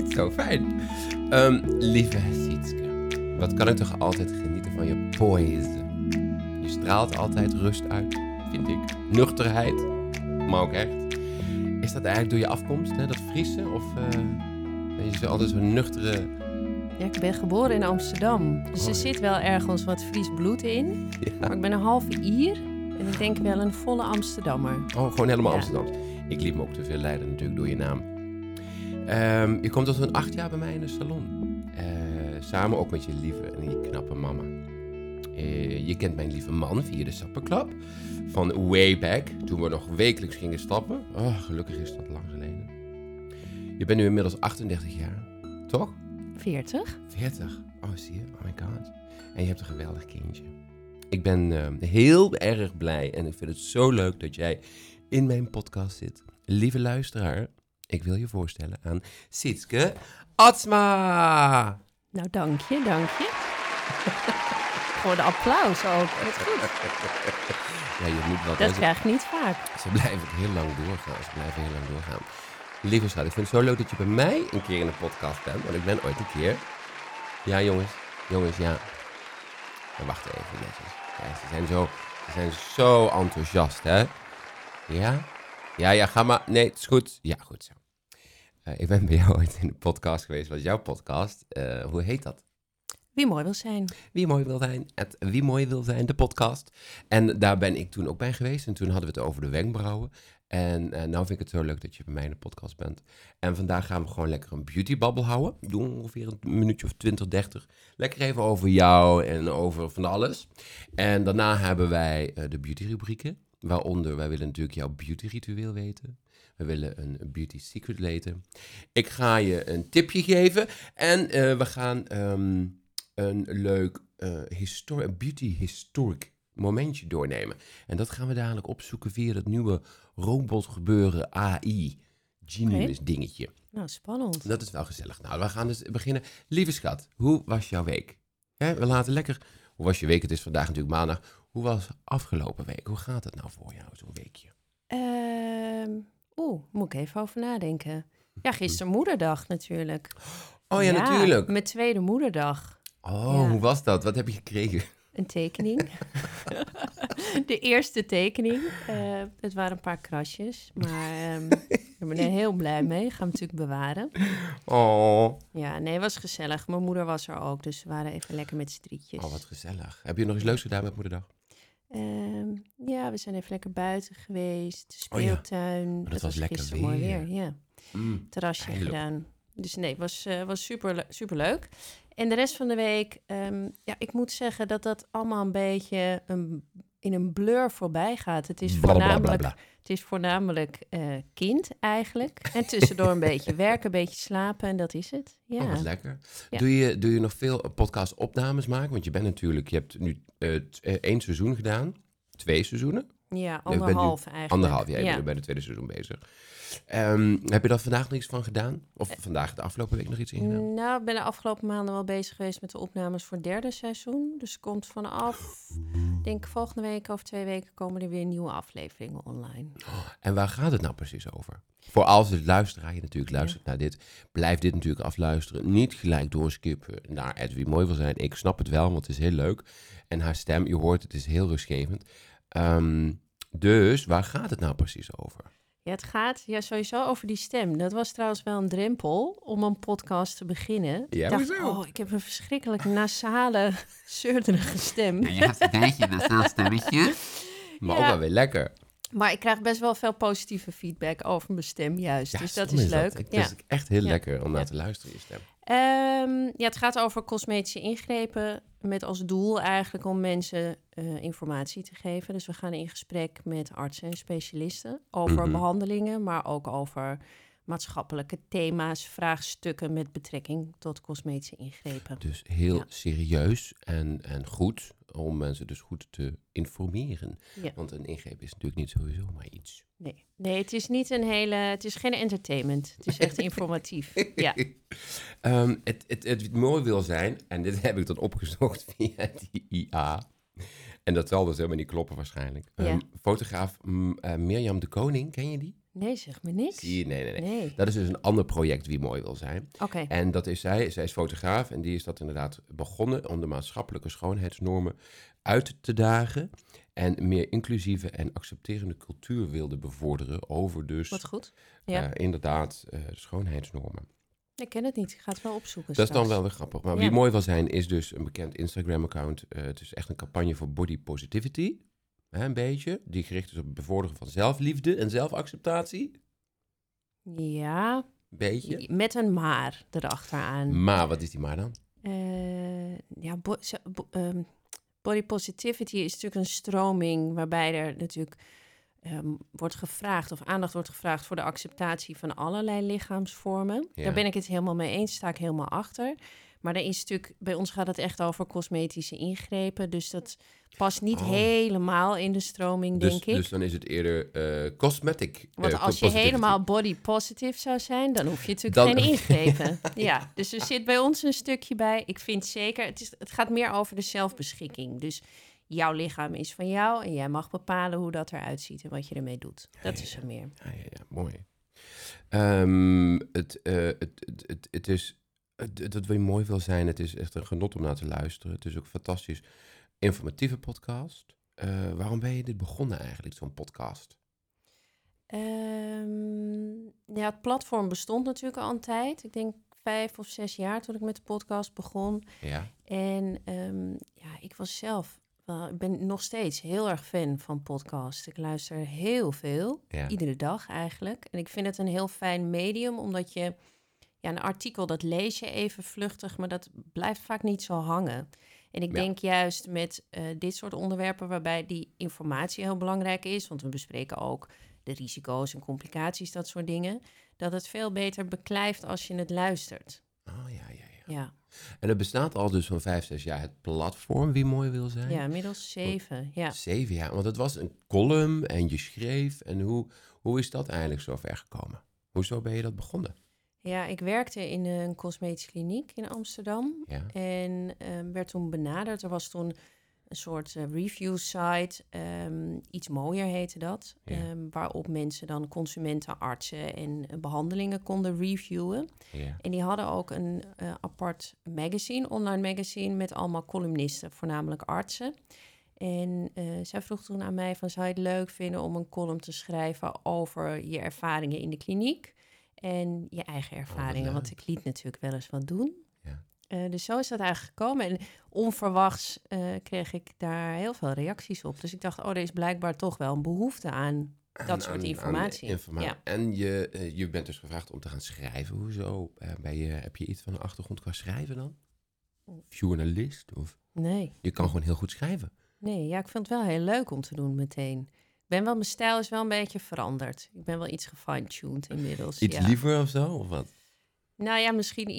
Zo fijn. Lieve Sietske, wat kan ik toch altijd genieten van je poëzie. Je straalt altijd rust uit, vind ik. Nuchterheid, maar ook echt. Is dat eigenlijk door je afkomst, hè? Dat Friese? Of ben je zo altijd zo'n nuchtere... Ja, ik ben geboren in Amsterdam. Dus er zit wel ergens wat Fries bloed in. Ja. Maar ik ben een halve Ier. En ik denk wel een volle Amsterdammer. Oh, gewoon helemaal Ja. Amsterdams. Ik liet me ook te veel leiden natuurlijk door je naam. Je komt al zo'n 8 jaar bij mij in de salon. Samen ook met je lieve en je knappe mama. Je kent mijn lieve man via de Sappenclub. Van way back, toen we nog wekelijks gingen stappen. Oh, gelukkig is dat lang geleden. Je bent nu inmiddels 38 jaar, toch? 40. 40. Oh, zie je? Oh my god. En je hebt een geweldig kindje. Ik ben heel erg blij en ik vind het zo leuk dat jij in mijn podcast zit. Lieve luisteraar, ik wil je voorstellen aan Sietske Atsma. Nou, dank je, dank je. Voor de applaus ook. Wat goed. Ja, je moet wat... Dat krijg ik niet vaak. Ze blijven heel lang doorgaan. Lieve schat, ik vind het zo leuk dat je bij mij een keer in de podcast bent. Want ik ben ooit een keer... Ja, jongens, ja. Maar wacht even, netjes. Ja, ze zijn zo enthousiast, hè? Ja? Ja, ga maar. Nee, het is goed. Ja, goed zo. Ik ben bij jou ooit in de podcast geweest. Wat is jouw podcast? Hoe heet dat? Wie mooi wil zijn. Wie mooi wil zijn. Wie mooi wil zijn, de podcast. En daar ben ik toen ook bij geweest. En toen hadden we het over de wenkbrauwen. En nou vind ik het zo leuk dat je bij mij in de podcast bent. En vandaag gaan we gewoon lekker een beautybabbel houden. Doen ongeveer een minuutje of 20, 30. Lekker even over jou en over van alles. En daarna hebben wij de beautyrubrieken. Waaronder, wij willen natuurlijk jouw beautyritueel weten. We willen een beauty secret weten. Ik ga je een tipje geven. En we gaan een leuk beauty historic momentje doornemen. En dat gaan we dadelijk opzoeken via dat nieuwe robotgebeuren AI. Genius dingetje. Nou, spannend. Dat is wel gezellig. Nou, we gaan dus beginnen. Lieve schat, hoe was jouw week? Hè, we laten lekker... Hoe was je week? Het is vandaag natuurlijk maandag. Hoe was afgelopen week? Hoe gaat het nou voor jou, zo'n weekje? Moet ik even over nadenken. Ja, gisteren moederdag natuurlijk. Oh ja, natuurlijk. Mijn tweede moederdag. Oh, Ja. hoe was dat? Wat heb je gekregen? Een tekening. De eerste tekening. Het waren een paar krasjes. Maar ik ben er heel blij mee. Gaan we natuurlijk bewaren. Oh. Ja, nee, het was gezellig. Mijn moeder was er ook. Dus we waren even lekker met z'n drietjes. Oh, wat gezellig. Heb je nog iets leuks gedaan met moederdag? Ja, we zijn even lekker buiten geweest. De Oh ja. speeltuin. Dat was lekker gisteren mooi weer. weer. Ja. Terrasje Heerlijk. gedaan. Dus nee, het was super leuk. En de rest van de week, ik moet zeggen dat dat allemaal een beetje in een blur voorbij gaat. Het is voornamelijk kind eigenlijk. En tussendoor een beetje werken, een beetje slapen en dat is het. Ja. Oh, wat lekker. Ja. Doe je nog veel podcast-opnames maken? Want je hebt nu 1 seizoen gedaan. 2 seizoenen? Ja, bent nu anderhalf eigenlijk. Je bent bij het tweede seizoen bezig. Heb je daar vandaag niks van gedaan? Of vandaag de afgelopen week nog iets in gedaan? Nou, ik ben de afgelopen maanden wel bezig geweest met de opnames voor het 3e seizoen. Dus komt vanaf, denk ik volgende week of 2 weken komen er weer nieuwe afleveringen online. En waar gaat het nou precies over? Voor als de luisteraar je natuurlijk luistert naar dit, blijf dit natuurlijk afluisteren. Niet gelijk doorskippen naar Ed Wie Mooi Wil Zijn. Ik snap het wel, want het is heel leuk. En haar stem, je hoort, het is heel rustgevend. Dus waar gaat het nou precies over? Ja, het gaat sowieso over die stem. Dat was trouwens wel een drempel om een podcast te beginnen. Ja, ik dacht, hoezo? ik heb een verschrikkelijk nasale, zeurderige stem. Je hebt een beetje een nasaal stemmetje. Maar Ja. ook wel weer lekker. Maar ik krijg best wel veel positieve feedback over mijn stem juist. dus dat stom is leuk. Het is echt heel Ja. lekker om naar Ja. te luisteren, je stem. Het gaat over cosmetische ingrepen met als doel eigenlijk om mensen informatie te geven. Dus we gaan in gesprek met artsen en specialisten over behandelingen, maar ook over maatschappelijke thema's, vraagstukken met betrekking tot cosmetische ingrepen. Dus heel serieus en goed om mensen dus goed te informeren. Ja. Want een ingreep is natuurlijk niet sowieso maar iets. Nee, het is niet het is geen entertainment. Het is echt informatief. Ja. Het mooi wil zijn, en dit heb ik dan opgezocht via die IA. En dat zal dus helemaal niet kloppen waarschijnlijk. Ja. Fotograaf Mirjam de Koning, ken je die? Nee, zeg me niks. Zie je? Nee. Nee. Dat is dus een ander project Wie Mooi Wil Zijn. Oké. En dat is zij is fotograaf en die is dat inderdaad begonnen om de maatschappelijke schoonheidsnormen uit te dagen en een meer inclusieve en accepterende cultuur wilde bevorderen over dus Wat goed. Ja. inderdaad de schoonheidsnormen. Ik ken het niet. Ik ga het wel opzoeken Dat is dan straks. wel weer grappig. Maar Ja. Wie Mooi Wil Zijn is dus een bekend Instagram-account. Het is echt een campagne voor body positivity. Een beetje. Die gericht is op het bevorderen van zelfliefde en zelfacceptatie. Ja, Een beetje. met een maar erachteraan. Maar wat is die maar dan? Ja, body positivity is natuurlijk een stroming waarbij er natuurlijk wordt gevraagd of aandacht wordt gevraagd voor de acceptatie van allerlei lichaamsvormen. Ja. Daar ben ik het helemaal mee eens, sta ik helemaal achter. Maar er is natuurlijk, bij ons gaat het echt over cosmetische ingrepen, dus dat past niet helemaal in de stroming, denk ik. Dus dan is het eerder cosmetic. Want als je positivity. helemaal body positive zou zijn, dan hoef je natuurlijk Dan- geen ingrepen. Ja, dus er zit bij ons een stukje bij. Ik vind zeker, het gaat meer over de zelfbeschikking. Dus jouw lichaam is van jou en jij mag bepalen hoe dat eruit ziet en wat je ermee doet. Dat is er meer. Ja, mooi. Het is, dat Wie Mooi Wil Zijn, het is echt een genot om naar te luisteren. Het is ook een fantastisch informatieve podcast. Waarom ben je dit begonnen eigenlijk, zo'n podcast? Ja, het platform bestond natuurlijk al een tijd. Ik denk 5 of 6 jaar toen ik met de podcast begon. Ja, En ik was zelf, ik ben nog steeds heel erg fan van podcasts. Ik luister heel veel, Ja. iedere dag eigenlijk. En ik vind het een heel fijn medium, omdat je, ja, een artikel dat lees je even vluchtig, maar dat blijft vaak niet zo hangen. En ik Ja. denk juist met dit soort onderwerpen waarbij die informatie heel belangrijk is, want we bespreken ook de risico's en complicaties, dat soort dingen, dat het veel beter beklijft als je het luistert. Oh ja. Ja, En het bestaat al dus van 5, 6 jaar, het platform Wie Mooi Wil Zijn. ja, inmiddels 7. Ja. 7 jaar, want het was een column en je schreef. En hoe is dat eigenlijk zo ver gekomen? Hoezo ben je dat begonnen? Ja, ik werkte in een cosmetische kliniek in Amsterdam Ja, en werd toen benaderd. Er was toen een soort review site, Iets Mooier heette dat, Ja. waarop mensen dan consumenten, artsen en behandelingen konden reviewen. ja. En die hadden ook een apart magazine, online magazine, met allemaal columnisten, voornamelijk artsen. En zij vroeg toen aan mij van, zou je het leuk vinden om een column te schrijven over je ervaringen in de kliniek en je eigen ervaringen? leuk. Want ik liet natuurlijk wel eens wat doen. Ja. Dus zo is dat eigenlijk gekomen. En onverwachts kreeg ik daar heel veel reacties op. Dus ik dacht, er is blijkbaar toch wel een behoefte aan dat soort informatie. Ja. En je bent dus gevraagd om te gaan schrijven. Hoezo? Heb je iets van een achtergrond qua schrijven dan? Journalist? Of? Nee. Je kan gewoon heel goed schrijven. Nee, ja, ik vind het wel heel leuk om te doen meteen. Mijn stijl is wel een beetje veranderd. Ik ben wel iets gefine-tuned inmiddels. Iets ja. liever of zo? Of wat? Nou ja, misschien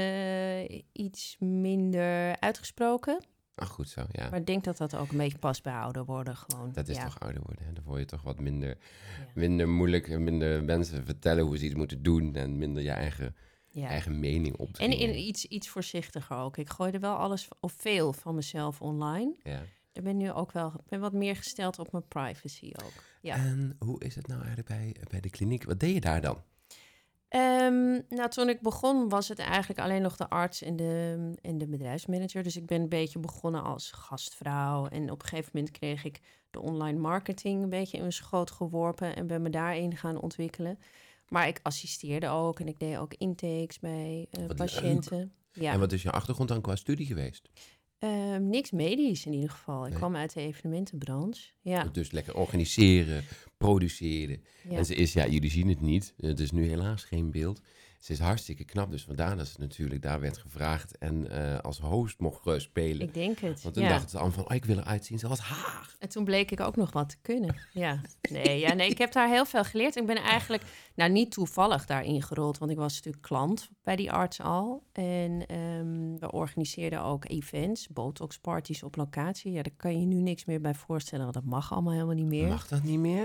iets minder uitgesproken. Ach, goed zo, ja. Maar ik denk dat dat ook een beetje past bij ouder worden gewoon. Dat is ja. toch ouder worden. Hè? Dan word je toch wat Ja. minder moeilijk en minder mensen vertellen hoe ze iets moeten doen. En minder je Ja. eigen mening op te En dringen. iets voorzichtiger ook. Ik gooi er wel alles of veel van mezelf online. Ja. Ik ben wat meer gesteld op mijn privacy ook. Ja. En hoe is het nou eigenlijk bij de kliniek? Wat deed je daar dan? Nou, toen ik begon was het eigenlijk alleen nog de arts en de bedrijfsmanager. Dus ik ben een beetje begonnen als gastvrouw. En op een gegeven moment kreeg ik de online marketing een beetje in mijn schoot geworpen en ben me daarin gaan ontwikkelen. Maar ik assisteerde ook en ik deed ook intakes bij leuk. patiënten. Ja. En wat is je achtergrond dan qua studie geweest? Niks medisch in ieder geval. Ik Nee. kwam uit de evenementenbranche. Ja. Dus lekker organiseren, produceren. Ja. En jullie zien het niet. Het is nu helaas geen beeld. Ze is hartstikke knap, dus vandaar dat ze natuurlijk daar werd gevraagd en als host mocht spelen. Ik denk het. Want toen ja. dachten ze allemaal van, ik wil eruit zien zoals haar. En toen bleek ik ook nog wat te kunnen. Ja. Nee, ik heb daar heel veel geleerd. Ik ben eigenlijk niet toevallig daarin gerold, want ik was natuurlijk klant bij die arts al. En we organiseerden ook events, botox-parties op locatie. Ja, daar kan je nu niks meer bij voorstellen, want dat mag allemaal helemaal niet meer. Mag dat niet meer?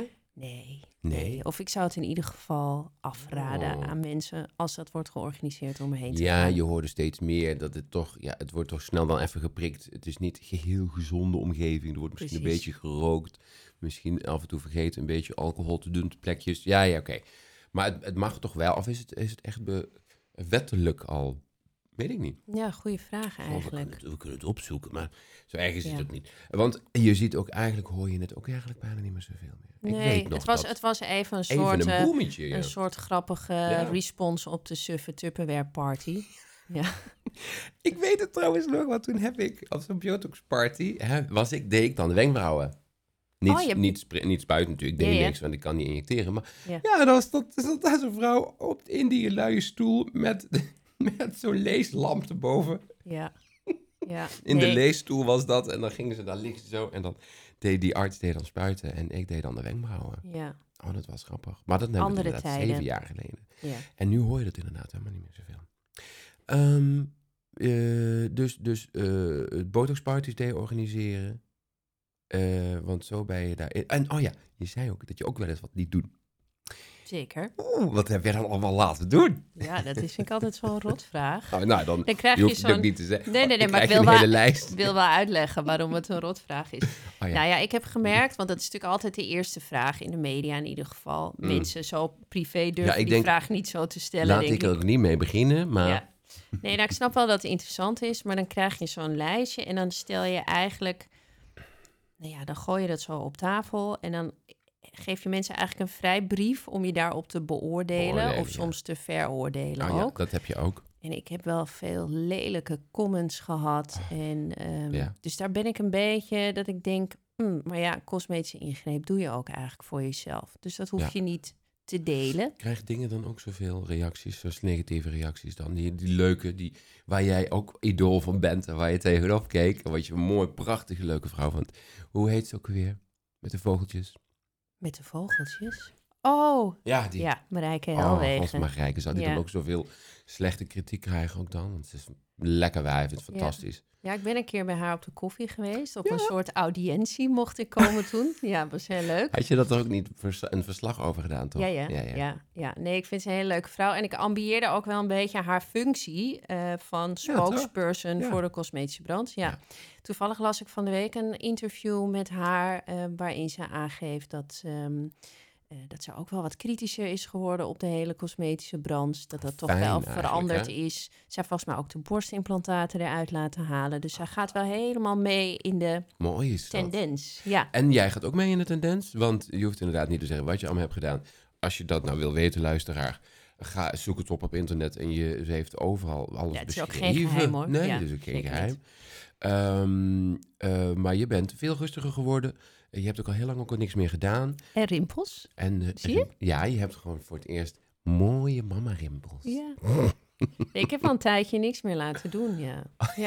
Nee. Of ik zou het in ieder geval afraden aan mensen als dat wordt georganiseerd om me heen te Ja, gaan. je hoorde steeds meer dat het toch... Ja, het wordt toch snel dan even geprikt. Het is niet een geheel gezonde omgeving. Er wordt misschien een Precies. beetje gerookt. Misschien af en toe vergeten een beetje alcohol te doen op plekjes. Ja, oké. Maar het mag toch wel? Of is het echt wettelijk al? Weet ik niet. Ja, goede vraag eigenlijk. We kunnen het opzoeken, maar zo erg is het Ja. ook niet. Want je ziet ook eigenlijk, hoor je het ook eigenlijk bijna niet meer zoveel meer. Ik weet nog het was even een even soort, een boemetje. Ja. een soort grappige Ja. respons op de suffe Tupperware party. Ja. Ik weet het trouwens nog, want toen heb ik op zo'n Biotox party, deed ik dan de wenkbrauwen. Niet spuiten natuurlijk, ik deed niks, want ik kan niet injecteren. Maar ja, dan stond daar zo'n vrouw in die luie stoel met zo'n leeslamp erboven. Ja. In de leesstoel was dat en dan gingen ze daar liggen zo en dan deed die arts dan spuiten en ik deed dan de wenkbrauwen. Ja. Oh, dat was grappig. Maar dat hebben we Andere inderdaad tijden. 7 jaar geleden. Ja. En nu hoor je dat inderdaad helemaal niet meer zoveel. Dus het botoxparties deed organiseren. Want zo ben je daar. En je zei ook dat je ook wel eens wat liet doen. Zeker. Wat heb jij dan allemaal laten doen? Ja, dat vind ik altijd zo'n rotvraag. Oh, nou, dan krijg je hoeft je het ook zo'n... niet te zeggen. Nee, Dan maar ik krijg je een hele lijst. wil wel uitleggen waarom het een rotvraag is. Oh, ja. Nou ja, ik heb gemerkt, want dat is natuurlijk altijd de eerste vraag in de media in ieder geval. Mensen zo privé durven die vraag niet zo te stellen, Laat denk ik er ook niet mee beginnen, maar... Ja. Nee, nou, ik snap wel dat het interessant is, maar dan krijg je zo'n lijstje en dan stel je eigenlijk... Nou ja, dan gooi je dat zo op tafel en dan geef je mensen eigenlijk een vrijbrief om je daarop te beoordelen of soms te veroordelen Oh, ja, ook. dat heb je ook. En ik heb wel veel lelijke comments gehad. Dus daar ben ik een beetje dat ik denk... maar ja, cosmetische ingreep doe je ook eigenlijk voor jezelf. Dus dat hoef je niet te delen. Krijg dingen dan ook zoveel reacties, zoals negatieve reacties dan? Die leuke, waar jij ook idool van bent en waar je tegenop keek. En wat je een mooi, prachtige, leuke vrouw vond. Hoe heet ze ook weer? Met de vogeltjes? Met de vogeltjes? Oh, ja, Marijke Helwegen. Als Marijke, zou die dan ook zoveel slechte kritiek krijgen ook dan? Want ze is lekker wijf, het is fantastisch. Ja, ik ben een keer bij haar op de koffie geweest. Op een soort audiëntie mocht ik komen toen. Ja, was heel leuk. Had je dat er ook niet een verslag over gedaan, toch? Ja. Nee, ik vind ze een hele leuke vrouw. En ik ambieerde ook wel een beetje haar functie van spokesperson voor de cosmetische branche. Ja. Toevallig las ik van de week een interview met haar waarin ze aangeeft dat ze ook wel wat kritischer is geworden op de hele cosmetische branche. Dat toch wel veranderd is. Zij heeft volgens mij ook de borstimplantaten eruit laten halen. Dus zij gaat wel helemaal mee in de tendens. Ja. En jij gaat ook mee in de tendens? Want je hoeft inderdaad niet te zeggen wat je allemaal hebt gedaan. Als je dat nou wil weten, luisteraar, zoek het op internet en ze heeft overal alles beschreven. Het is ook geen geheim, hoor. Nee, dat is ook geen geheim. Maar je bent veel rustiger geworden. Je hebt ook al heel lang ook al niks meer gedaan. En rimpels? Zie je? Ja, je hebt gewoon voor het eerst mooie mama-rimpels. Ja. Nee, ik heb al een tijdje niks meer laten doen, ja.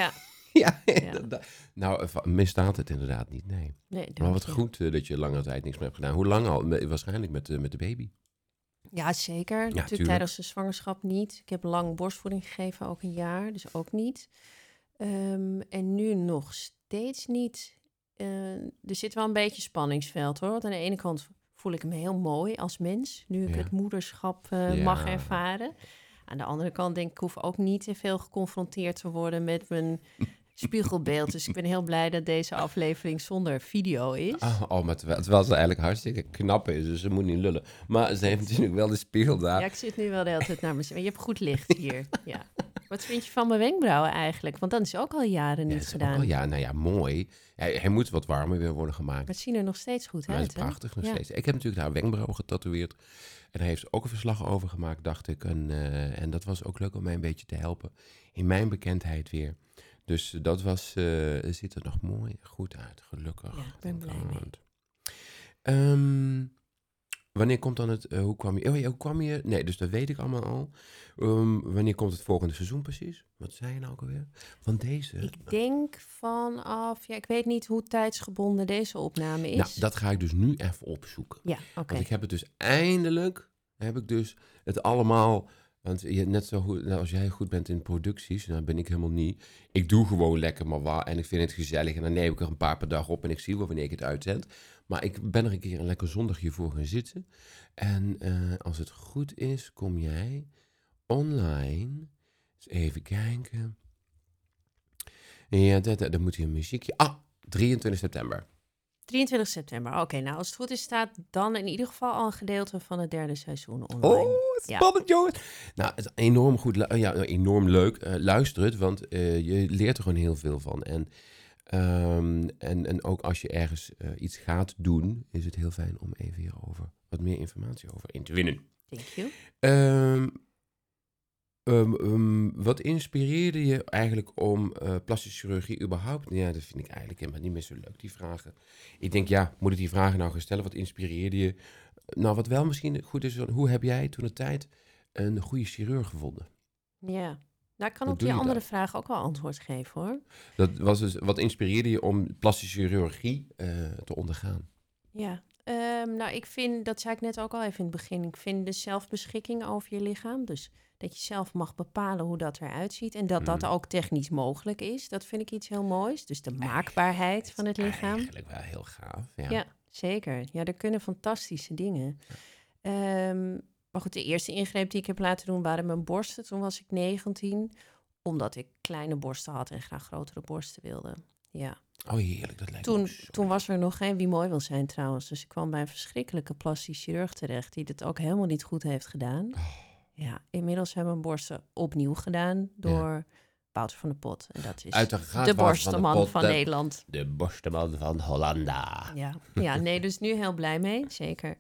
Nou, misstaat het inderdaad niet, nee. Maar wat goed dat je lange tijd niks meer hebt gedaan. Hoe lang al? Waarschijnlijk met de baby. Ja, zeker. Ja, natuurlijk tuurlijk. tijdens de zwangerschap niet. Ik heb lang borstvoeding gegeven, ook een jaar, dus ook niet. En nu nog steeds niet. Er zit wel een beetje spanningsveld, hoor. Want aan de ene kant voel ik me heel mooi als mens, nu ik het moederschap mag ervaren. Aan de andere kant denk ik hoef ook niet te veel geconfronteerd te worden met mijn spiegelbeeld. Dus ik ben heel blij dat deze aflevering zonder video is. Maar terwijl ze eigenlijk hartstikke knap is, dus ze moet niet lullen. Maar ze heeft natuurlijk wel de spiegel daar. Ja, ik zit nu wel de hele tijd naar mezelf. Je hebt goed licht hier, ja. Wat vind je van mijn wenkbrauwen eigenlijk? Want dat is ook al jaren niet gedaan. Mooi. Hij moet wat warmer weer worden gemaakt. Maar het zien er nog steeds goed Maar uit, het is prachtig nog steeds. Ik heb natuurlijk haar wenkbrauwen getatoeëerd. En daar heeft ze ook een verslag over gemaakt, dacht ik. En dat was ook leuk om mij een beetje te helpen in mijn bekendheid weer. Dus dat ziet er nog mooi goed uit, gelukkig. Ja, ik ben blij mee. Wanneer komt dan hoe kwam je? Nee, dus dat weet ik allemaal al. Wanneer komt het volgende seizoen precies? Wat zei je nou ook alweer? Van deze? Ik denk vanaf... Ja, ik weet niet hoe tijdsgebonden deze opname is. Nou, dat ga ik dus nu even opzoeken. Ja, oké. Want ik heb het dus eindelijk... het allemaal Want net zo goed, als jij goed bent in producties, dan ben ik helemaal niet. Ik doe gewoon lekker maar wat en ik vind het gezellig. En dan neem ik er een paar per dag op en ik zie wel wanneer ik het uitzend. Maar ik ben er een keer een lekker zondagje voor gaan zitten. En als het goed is, kom jij online. Eens even kijken. Ja, dan moet hier een muziekje. 23 september. 23 september. Oké, nou als het goed is staat dan in ieder geval al een gedeelte van het derde seizoen online. Oh, spannend, jongens. Nou, het is enorm goed, enorm leuk. Luister het, want je leert er gewoon heel veel van. En ook als je ergens iets gaat doen, is het heel fijn om even hierover wat meer informatie over in te winnen. Thank you. Wat inspireerde je eigenlijk om plastische chirurgie überhaupt? Ja, dat vind ik eigenlijk helemaal niet meer zo leuk, die vragen. Ik denk, moet ik die vragen nou gaan stellen? Wat inspireerde je? Nou, wat wel misschien goed is, hoe heb jij toen de tijd een goede chirurg gevonden? Ja, nou, ik kan Hoe op doe die je andere dat? vraag ook wel antwoord geven hoor. Dat was dus, wat inspireerde je om plastische chirurgie te ondergaan? Ja, nou ik vind, dat zei ik net ook al even in het begin, ik vind de zelfbeschikking over je lichaam, dus dat je zelf mag bepalen hoe dat eruit ziet en dat dat ook technisch mogelijk is, dat vind ik iets heel moois. Dus de maakbaarheid van het lichaam. Eigenlijk wel heel gaaf, ja. Ja, zeker. Ja, er kunnen fantastische dingen. Maar goed, de eerste ingreep die ik heb laten doen waren mijn borsten. Toen was ik 19, omdat ik kleine borsten had en graag grotere borsten wilde. Ja. Oh, heerlijk, dat lijkt me ook zo. Toen was er nog geen Wie Mooi Wil Zijn trouwens. Dus ik kwam bij een verschrikkelijke plastisch chirurg terecht... die het ook helemaal niet goed heeft gedaan. Ja, inmiddels hebben mijn borsten opnieuw gedaan door Wouter van der Pot. En dat is Uiteraard de Wouter van der borstenman Pot, van de- Nederland. De borstenman van Hollanda. Ja, nee, dus nu heel blij mee, zeker.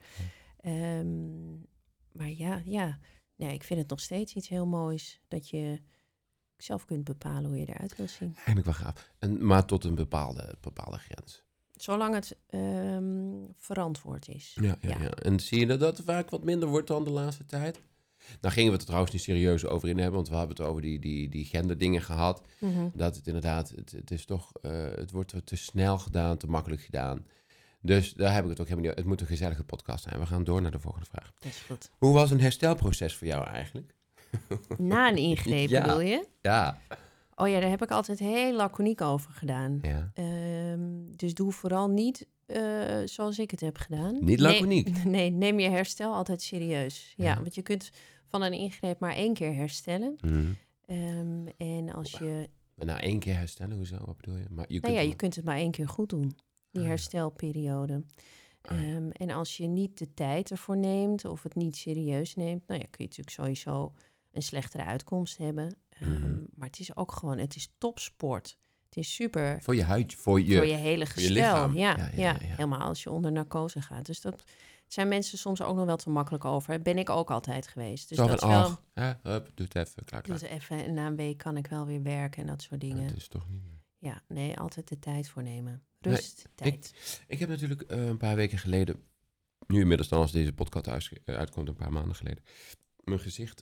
Maar ja. Nee, ik vind het nog steeds iets heel moois... dat je zelf kunt bepalen hoe je eruit wil zien. Eigenlijk wel gaaf. Maar tot een bepaalde grens. Zolang het verantwoord is. Ja. En zie je dat dat vaak wat minder wordt dan de laatste tijd? Nou gingen we het er trouwens niet serieus over in hebben, want we hebben het over die genderdingen gehad. Mhm. Dat het inderdaad, het is toch, het wordt te snel gedaan, te makkelijk gedaan. Dus daar heb ik het ook helemaal niet. Het moet een gezellige podcast zijn. We gaan door naar de volgende vraag. Dat is goed. Hoe was een herstelproces voor jou eigenlijk? Na een ingreep Ja. bedoel je? Ja. Oh ja, daar heb ik altijd heel laconiek over gedaan. Ja. Dus doe vooral niet zoals ik het heb gedaan. Niet laconiek? Nee, neem je herstel altijd serieus. Ja, Ja. want je kunt van een ingreep maar 1 keer herstellen. Mhm. En als je... Maar na 1 keer herstellen, hoezo? Wat bedoel je? Maar je kunt je kunt het maar 1 keer goed doen. Die ja. herstelperiode. En als je niet de tijd ervoor neemt of het niet serieus neemt... nou ja, kun je natuurlijk sowieso een slechtere uitkomst hebben. Maar het is ook gewoon, het is topsport. Het is super Voor je huid, voor je hele voor je gestel. lichaam. Ja, Ja. helemaal als je onder narcose gaat. Dus dat zijn mensen soms ook nog wel te makkelijk over. Ben ik ook altijd geweest. Dus Zo dat van, is wel... hup, doe het even, klaar. Doe het even en na een week kan ik wel weer werken en dat soort dingen. Het is toch niet meer. Ja, nee, altijd de tijd voor nemen. Rust, tijd. Ik heb natuurlijk een paar weken geleden, nu inmiddels dan als deze podcast uitkomt, een paar maanden geleden, mijn gezicht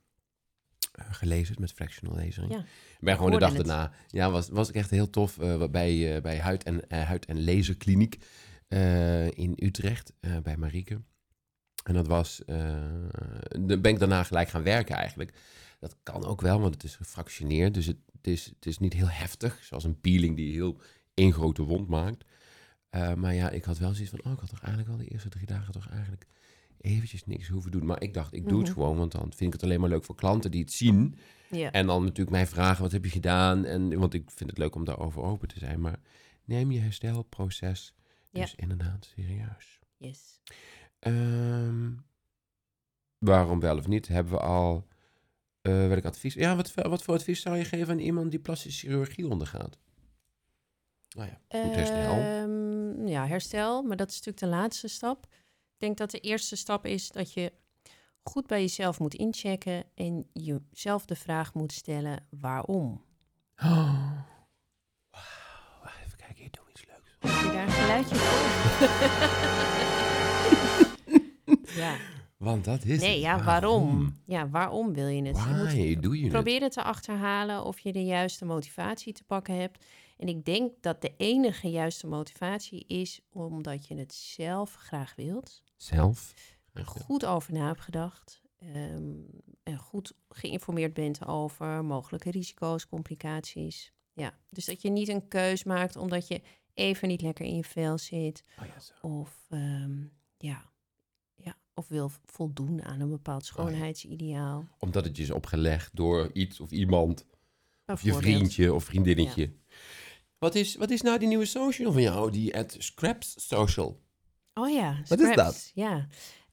gelezen met fractional lasering. Ja, Ik ben gewoon de dag hoorde daarna. Ja, was ik echt heel tof bij huid- en laserkliniek in Utrecht bij Marieke. En dat was, dan ben ik daarna gelijk gaan werken eigenlijk. Dat kan ook wel, want het is gefractioneerd. Dus het is niet heel heftig, zoals een peeling die heel één grote wond maakt. Maar ja, ik had wel zoiets van, ik had toch eigenlijk wel de eerste 3 dagen toch eigenlijk eventjes niks hoeven doen. Maar ik dacht, ik doe het gewoon, want dan vind ik het alleen maar leuk voor klanten die het zien. Ja. En dan natuurlijk mij vragen, wat heb je gedaan? Want ik vind het leuk om daarover open te zijn. Maar neem je herstelproces dus inderdaad serieus. Yes. Waarom wel of niet? Hebben we al welk advies? Ja, wat voor advies zou je geven aan iemand die plastische chirurgie ondergaat? Nou ja, goed herstel. Ja, herstel, maar dat is natuurlijk de laatste stap. Ik denk dat de eerste stap is dat je goed bij jezelf moet inchecken en jezelf de vraag moet stellen waarom. Oh. Wauw, even kijken, hier doen we iets leuks. Heb je daar een geluidje voor? Ja. Want dat is Nee, het. ja, waarom? Ja, waarom wil je het? Why doe je het? Proberen te achterhalen of je de juiste motivatie te pakken hebt. En ik denk dat de enige juiste motivatie is omdat je het zelf graag wilt. Zelf? Goed over na hebt gedacht. en goed geïnformeerd bent over mogelijke risico's, complicaties. Ja, dus dat je niet een keus maakt omdat je even niet lekker in je vel zit. Oh ja, zo. Of, of wil voldoen aan een bepaald schoonheidsideaal. Omdat het je is opgelegd door iets of iemand. Of je Bijvoorbeeld. vriendje of vriendinnetje. Wat is nou die nieuwe social van jou? Die @Scraps Social. Oh ja, Wat is Scraps, dat? Ja.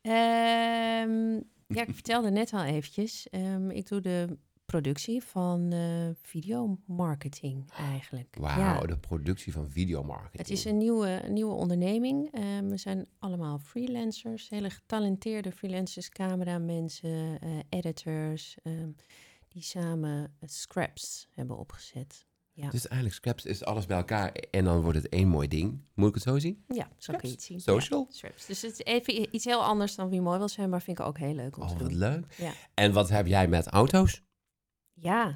Ja, ik vertelde net al eventjes. Ik doe de productie van videomarketing eigenlijk. Wauw, Ja. de productie van videomarketing. Het is een nieuwe onderneming. We zijn allemaal freelancers, hele getalenteerde freelancers, cameramensen, editors, die samen Scraps hebben opgezet. Ja, Dus eigenlijk Scraps is alles bij elkaar en dan wordt het één mooi ding. Moet ik het zo zien? ja, zo kun Scraps, je het zien. social. Ja, Scraps. Dus het is even iets heel anders dan Wie Mooi Wil Zijn, maar vind ik ook heel leuk om te Oh, doen. wat leuk. Ja. En wat heb jij met auto's? Ja.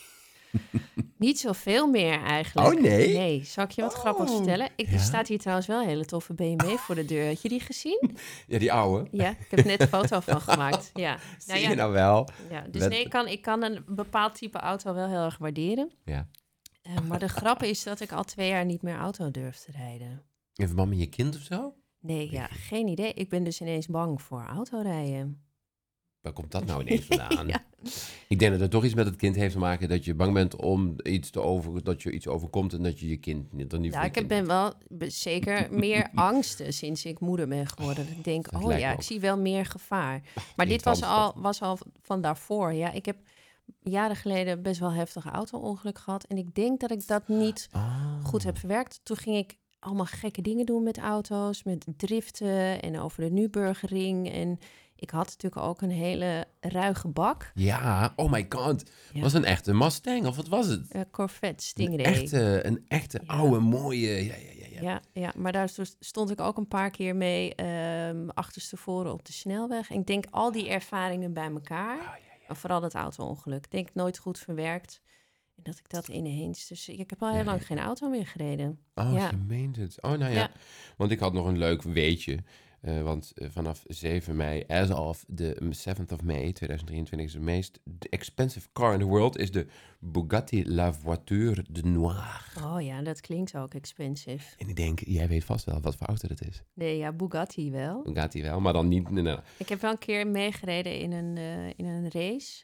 Niet zoveel meer eigenlijk. Oh, nee? Nee, zal ik je wat grappigs vertellen? Er ja? staat hier trouwens wel een hele toffe BMW voor de deur. Had je die gezien? Ja, die oude. Ja, ik heb net een foto van gemaakt. Ja. Zie je nou wel? Ja, dus Met- nee, ik kan een bepaald type auto wel heel erg waarderen. Ja. Maar de grap is dat ik al 2 jaar niet meer auto durf te rijden. In verband met je kind of zo? Nee, ja, geen idee. Ik ben dus ineens bang voor autorijden. Waar komt dat nou ineens vandaan? Ja. Ik denk dat het toch iets met het kind heeft te maken dat je bang bent om dat je iets overkomt en dat je je kind niet dan niet Ja, voor je ik kind ben wel zeker meer angsten sinds ik moeder ben geworden. Dat ik denk, Dat oh lijkt me ja, ook. ik zie wel meer gevaar. Maar dit irritant was al van daarvoor. Ja, ik heb jaren geleden best wel heftig auto-ongeluk gehad. En ik denk dat ik dat niet Oh. goed heb verwerkt. Toen ging ik allemaal gekke dingen doen met auto's, met driften en over de Nürburgring. En ik had natuurlijk ook een hele ruige bak. Ja, oh my god. Ja. Was het een echte Mustang of wat was het? Corvette, Stingray. Een echte Ja. oude, mooie... Ja. Ja, maar daar stond ik ook een paar keer mee achterstevoren op de snelweg. En ik denk al die ervaringen bij elkaar, Oh, en vooral dat auto-ongeluk, denk ik nooit goed verwerkt. En dat ik dat ineens... Dus ik heb al heel lang geen auto meer gereden. Oh, Ja. je meent het. Oh, nou ja. Ja. Want ik had nog een leuk weetje. Want vanaf 7 mei, as of the 7th of May 2023, is de meest expensive car in the world, is de Bugatti La Voiture de Noir. Oh ja, dat klinkt ook expensive. En ik denk, jij weet vast wel wat voor auto dat is. Nee, ja, Bugatti wel. Bugatti wel, maar dan niet... Nee. Ik heb wel een keer meegereden in een race.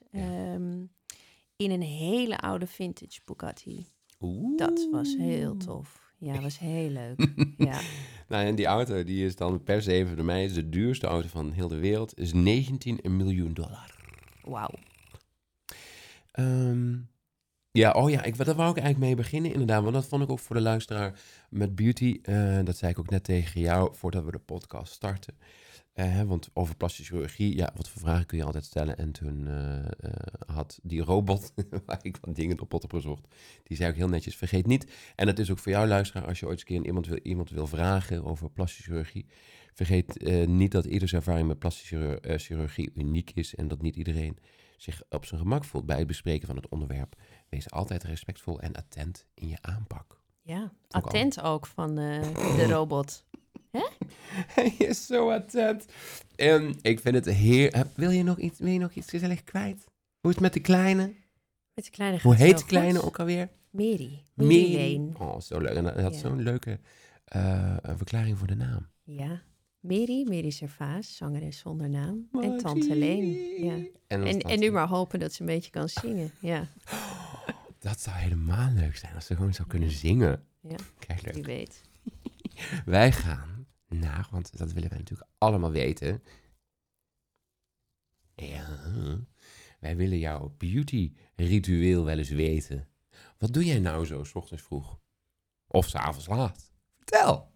In een hele oude vintage Bugatti. Oeh. Dat was heel tof. Ja, was heel leuk. Ja. Nou, en die auto die is dan per 7 mei is de duurste auto van heel de wereld. Is $19 miljoen. Wauw. Ja, oh ja, daar wou ik eigenlijk mee beginnen inderdaad. Want dat vond ik ook voor de luisteraar met beauty. Dat zei ik ook net tegen jou voordat we de podcast starten. Want over plastische chirurgie, ja, wat voor vragen kun je altijd stellen. En toen had die robot, waar ik wat dingen op heb gezocht, die zei ook heel netjes, vergeet niet. En dat is ook voor jou luisteraar, als je ooit eens een keer iemand wil vragen over plastische chirurgie. Vergeet niet dat ieders ervaring met plastische chirurgie uniek is. En dat niet iedereen zich op zijn gemak voelt bij het bespreken van het onderwerp. Wees altijd respectvol en attent in je aanpak. Ja, Ook attent ook van de robot. Hij is zo attent. Ik vind het wil je nog iets gezellig kwijt? Hoe is het met de kleine? Met de kleine Hoe gaat heet heel de kleine goed. ook alweer? Mary. Mary. Lane. Oh, zo leuk. En hij had Ja. zo'n leuke verklaring voor de naam. Ja. Mary Servaas, zangeres zonder naam. En Maxie. Tante Leen. Ja. En, dan staat En nu ze- maar hopen dat ze een beetje kan zingen. Ja, Dat zou helemaal leuk zijn als ze gewoon zou kunnen zingen. ja, Kijk, leuk. wie weet. Wij gaan naar, want dat willen wij natuurlijk allemaal weten. Ja, wij willen jouw beauty ritueel wel eens weten. Wat doe jij nou zo 's ochtends vroeg? Of 's avonds laat? Vertel.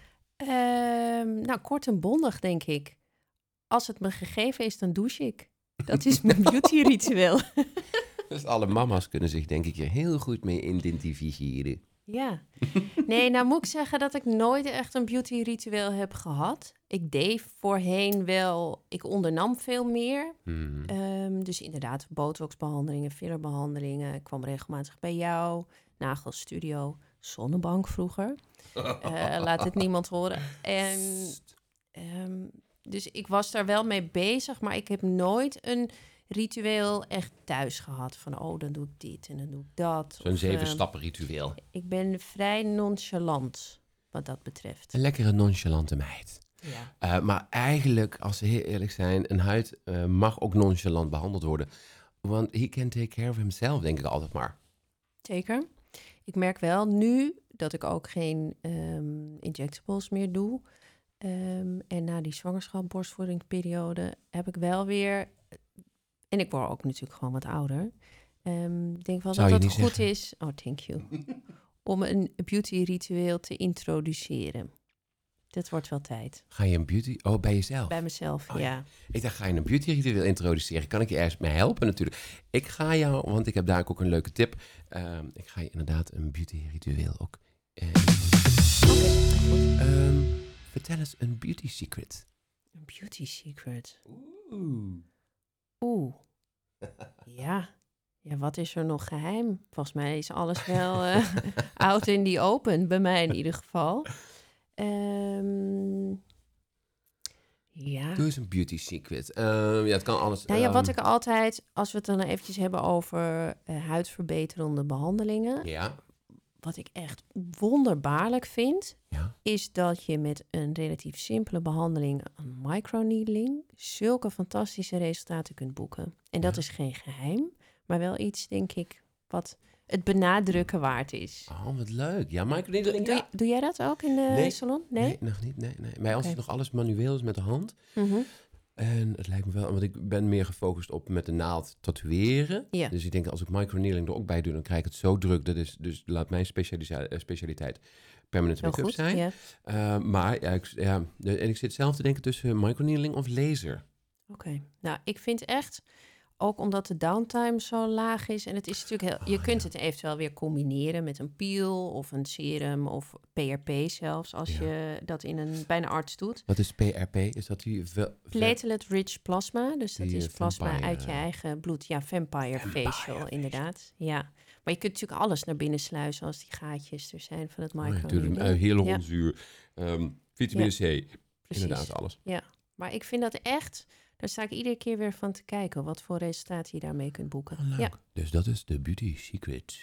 Nou, kort en bondig, denk ik. Als het me gegeven is, dan douche ik. Dat is mijn beauty-ritueel. Dus alle mama's kunnen zich denk ik hier heel goed mee identificeren. Ja. Nee, nou moet ik zeggen dat ik nooit echt een beauty-ritueel heb gehad. Ik deed voorheen wel... Ik ondernam veel meer. Dus inderdaad, botoxbehandelingen, fillerbehandelingen. Ik kwam regelmatig bij jou. Nagelstudio, zonnebank vroeger. Laat het niemand horen. En Dus ik was daar wel mee bezig, maar ik heb nooit een ritueel echt thuis gehad. Van, dan doe ik dit en dan doe ik dat. Zo'n Of, 7 stappen ritueel. Ik ben vrij nonchalant wat dat betreft. Een lekkere nonchalante meid. Ja. Maar eigenlijk, als we heel eerlijk zijn, een huid mag ook nonchalant behandeld worden. Want he can take care of himself, denk ik altijd maar. Zeker. Ik merk wel nu dat ik ook geen injectables meer doe. En na die zwangerschap, borstvoedingsperiode, heb ik wel weer... En ik word ook natuurlijk gewoon wat ouder. Ik denk wel Zou dat je het niet goed zeggen. is... Oh, thank you. Om een beauty ritueel te introduceren. Dat wordt wel tijd. Ga je een beauty... Oh, bij jezelf? Bij mezelf, Oh, ja. Ik dacht, ga je een beauty ritueel introduceren? Kan ik je ergens mee helpen natuurlijk? Ik ga jou, want ik heb daar ook een leuke tip. Ik ga je inderdaad een beauty ritueel ook vertel eens een beauty secret. Een beauty secret. Oeh. Oeh. Ja. Ja, wat is er nog geheim? Volgens mij is alles wel out in the open, bij mij in ieder geval. Ja. Doe eens een beauty secret. Het kan alles... Nou ja, wat ik altijd, als we het dan eventjes hebben over huidverbeterende behandelingen. Ja. Wat ik echt wonderbaarlijk vind, Ja. is dat je met een relatief simpele behandeling, een microneedling, zulke fantastische resultaten kunt boeken. En dat is geen geheim, maar wel iets, denk ik, wat het benadrukken waard is. Oh, wat leuk. Ja, microneedling, ja. Doe jij dat ook in de salon? Nee, nog niet. Nee. Bij ons is nog alles manueel, is met de hand. Mhm. En het lijkt me wel, want ik ben meer gefocust op met de naald tatoeëren. Ja. Dus ik denk, als ik microneedling er ook bij doe, dan krijg ik het zo druk. Dat is, dus laat mijn specialiteit permanent Heel make-up goed, zijn. ja. Maar en ik zit zelf te denken tussen microneedling of laser. Oké. Nou, ik vind echt, ook omdat de downtime zo laag is, en het is natuurlijk je kunt het eventueel weer combineren met een peel of een serum of PRP zelfs, als je dat bij een arts doet. Wat is PRP? Is dat die... Platelet-rich plasma, dus dat Die, is plasma vampire, uit je eigen bloed. Ja, vampire facial, inderdaad. Ja. Maar je kunt natuurlijk alles naar binnen sluizen als die gaatjes er zijn van het microneedling. Hyaluronzuur, vitamine C, Precies. inderdaad alles. Ja, maar ik vind dat echt, daar sta ik iedere keer weer van te kijken, wat voor resultaten je daarmee kunt boeken. Oh, leuk. Ja. Dus dat is de beauty secret.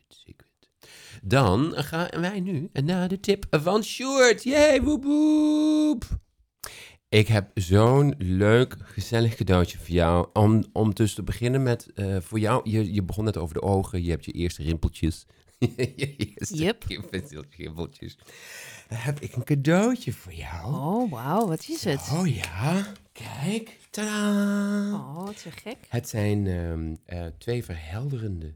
Dan gaan wij nu naar de tip van Sjoerd. Yay, woep woep. Ik heb zo'n leuk, gezellig cadeautje voor jou. Om dus te beginnen met, voor jou, je begon net over de ogen. Je hebt je eerste rimpeltjes. Yep. Rimpeltjes. Dan heb ik een cadeautje voor jou. Oh, wauw, wat is het? Oh ja, kijk. Tadaa. Oh, wat zo gek. Het zijn 2 verhelderende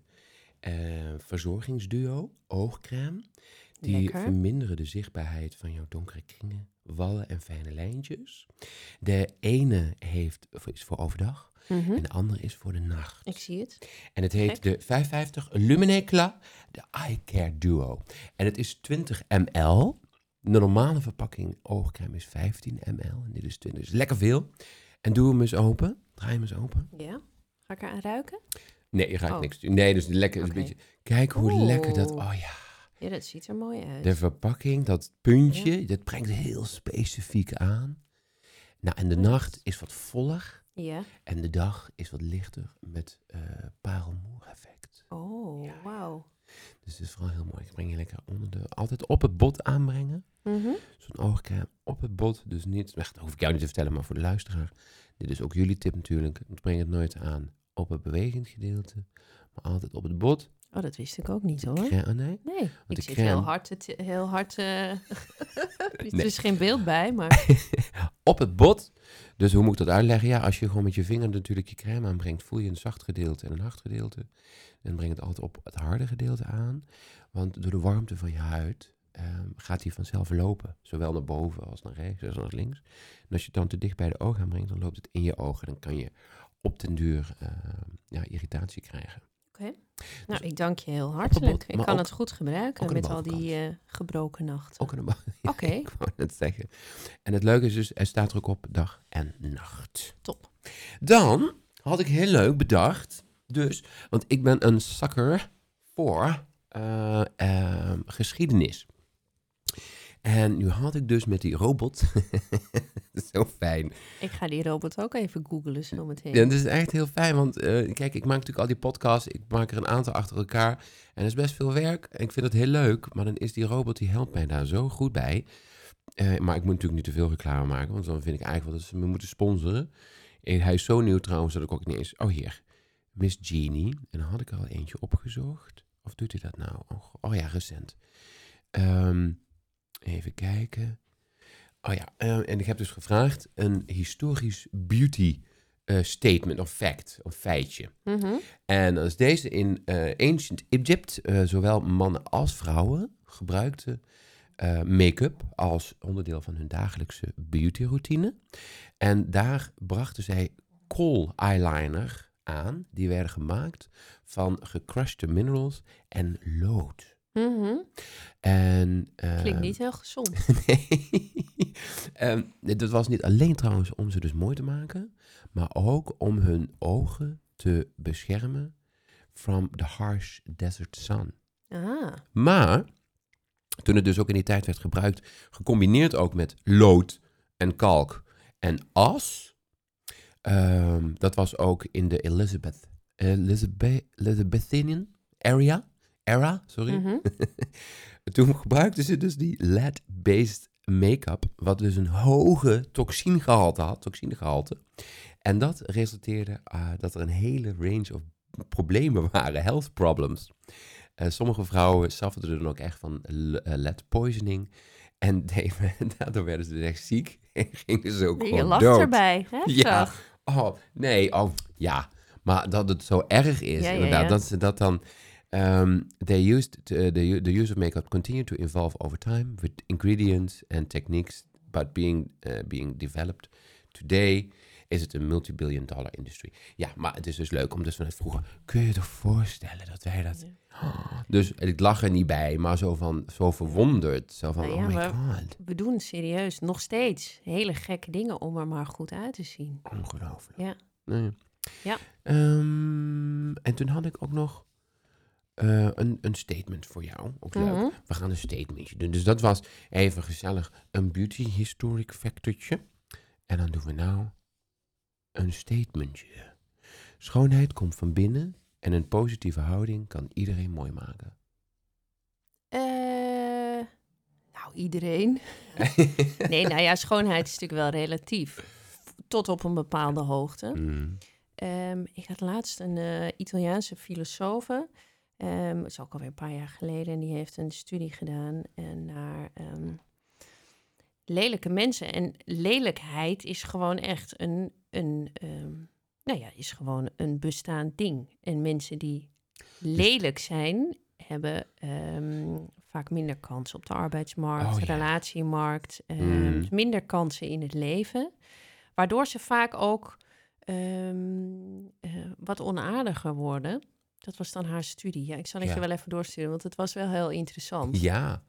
verzorgingsduo oogcrème. Die Lekker. verminderen de zichtbaarheid van jouw donkere kringen, wallen en fijne lijntjes. De ene is voor overdag Mhm. en de andere is voor de nacht. Ik zie het. En het heet Gek. de 550 Luminecla, de Eye Care Duo. En het is 20 ml. De normale verpakking oogcrème is 15 ml. En dit is 20. Dus lekker veel. En doe hem eens open. Draai hem eens open. Ja. Ga ik eraan ruiken? Nee, je gaat Oh. niks doen. Nee, dus lekker. Oké. Een beetje, kijk hoe Oeh. lekker dat... Oh ja. Ja, dat ziet er mooi uit. De verpakking, dat puntje, dat brengt heel specifiek aan. Nou, en de nacht is wat voller. Ja. En de dag is wat lichter met parelmoer-effect. Oh, Ja. wauw. Dus het is vooral heel mooi. Ik breng je lekker altijd op het bot aanbrengen. Mhm. Zo'n oogcrème op het bot. Dus niet, dat hoef ik jou niet te vertellen, maar voor de luisteraar. Dit is ook jullie tip natuurlijk. Ik breng het nooit aan op het bewegend gedeelte. Maar altijd op het bot. Oh, dat wist ik ook niet hoor. Oh, nee? Nee, ik de zit crème- heel hard. Er Nee. is geen beeld bij, maar Op het bot. Dus hoe moet ik dat uitleggen? Ja, als je gewoon met je vinger natuurlijk je crème aanbrengt, voel je een zacht gedeelte en een hard gedeelte. En breng het altijd op het harde gedeelte aan. Want door de warmte van je huid gaat hij vanzelf lopen. Zowel naar boven als naar rechts als naar links. En als je het dan te dicht bij de oog aanbrengt, dan loopt het in je ogen. Dan kan je op den duur irritatie krijgen. nou, ik dank je heel hartelijk. Ik maar kan ook- het goed gebruiken ook aan de met al die bovenkant. gebroken nachten. Ook aan de Oké. Ik wou net zeggen. En het leuke is dus, er staat er ook op dag en nacht. Top. Dan had ik heel leuk bedacht. Dus, want ik ben een sucker voor geschiedenis. En nu had ik dus met die robot... Zo fijn. Ik ga die robot ook even googlen zo meteen. Ja, dat is echt heel fijn, want kijk, ik maak natuurlijk al die podcasts. Ik maak er een aantal achter elkaar. En dat is best veel werk. En ik vind het heel leuk. Maar dan is die robot, die helpt mij daar zo goed bij. Maar ik moet natuurlijk niet te veel reclame maken. Want dan vind ik eigenlijk wel dat ze me moeten sponsoren. En hij is zo nieuw trouwens dat ik ook niet eens... Oh, hier. Miss Genie. En dan had ik er al eentje opgezocht. Of doet hij dat nou? Oh ja, recent. Even kijken. Oh ja, en ik heb dus gevraagd een historisch beauty statement of fact, of feitje. Mhm. En dan is deze in Ancient Egypt, zowel mannen als vrouwen gebruikten make-up als onderdeel van hun dagelijkse beautyroutine. En daar brachten zij kool eyeliner aan, die werden gemaakt van gecrushte minerals en lood. Mhm. En, Klinkt niet heel gezond. Nee. Dat was niet alleen trouwens om ze dus mooi te maken, maar ook om hun ogen te beschermen from the harsh desert sun. Ah. Maar toen het dus ook in die tijd werd gebruikt, gecombineerd ook met lood en kalk en as, dat was ook in de Elizabethan era, sorry. Mhm. Toen gebruikten ze dus die lead-based make-up, wat dus een hoge toxinegehalte. En dat resulteerde dat er een hele range of problemen waren, health problems. Sommige vrouwen sufferden dan ook echt van lead poisoning. En daardoor werden ze dus echt ziek en gingen ze ook Je gewoon lacht dood. erbij, hè? Ja, Zo. oh, nee, oh, ja. Maar dat het zo erg is, Ja, inderdaad, ja. dat ze dat dan... the use of makeup continued to evolve over time with ingredients and techniques, but being developed today is it a multi-billion-dollar industry. Ja, maar het is dus leuk om dus vanuit vroeger... Kun je je toch voorstellen dat wij dat... Dus ik lach er niet bij, maar zo verwonderd. Zo van, Nou ja, oh my maar- god. We doen serieus nog steeds hele gekke dingen om er maar goed uit te zien. Ongelooflijk. Ja. Nee. Ja. En toen had ik ook nog een statement voor jou. Ook leuk. Mhm. We gaan een statementje doen. Dus dat was even gezellig een beauty historic factortje. En dan doen we nou een statementje. Schoonheid komt van binnen en een positieve houding kan iedereen mooi maken. Nou, iedereen. Nee, nou ja, schoonheid is natuurlijk wel relatief. Tot op een bepaalde hoogte. Mm. Ik had laatst een Italiaanse filosoof. Het is ook alweer een paar jaar geleden. En die heeft een studie gedaan naar lelijke mensen. En lelijkheid is gewoon echt is gewoon een bestaand ding. En mensen die lelijk zijn, hebben vaak minder kansen op de arbeidsmarkt, Oh, ja. relatiemarkt, Mm. minder kansen in het leven. Waardoor ze vaak ook wat onaardiger worden. Dat was dan haar studie. Ja, ik zal het Ja. je wel even doorsturen, want het was wel heel interessant. Ja.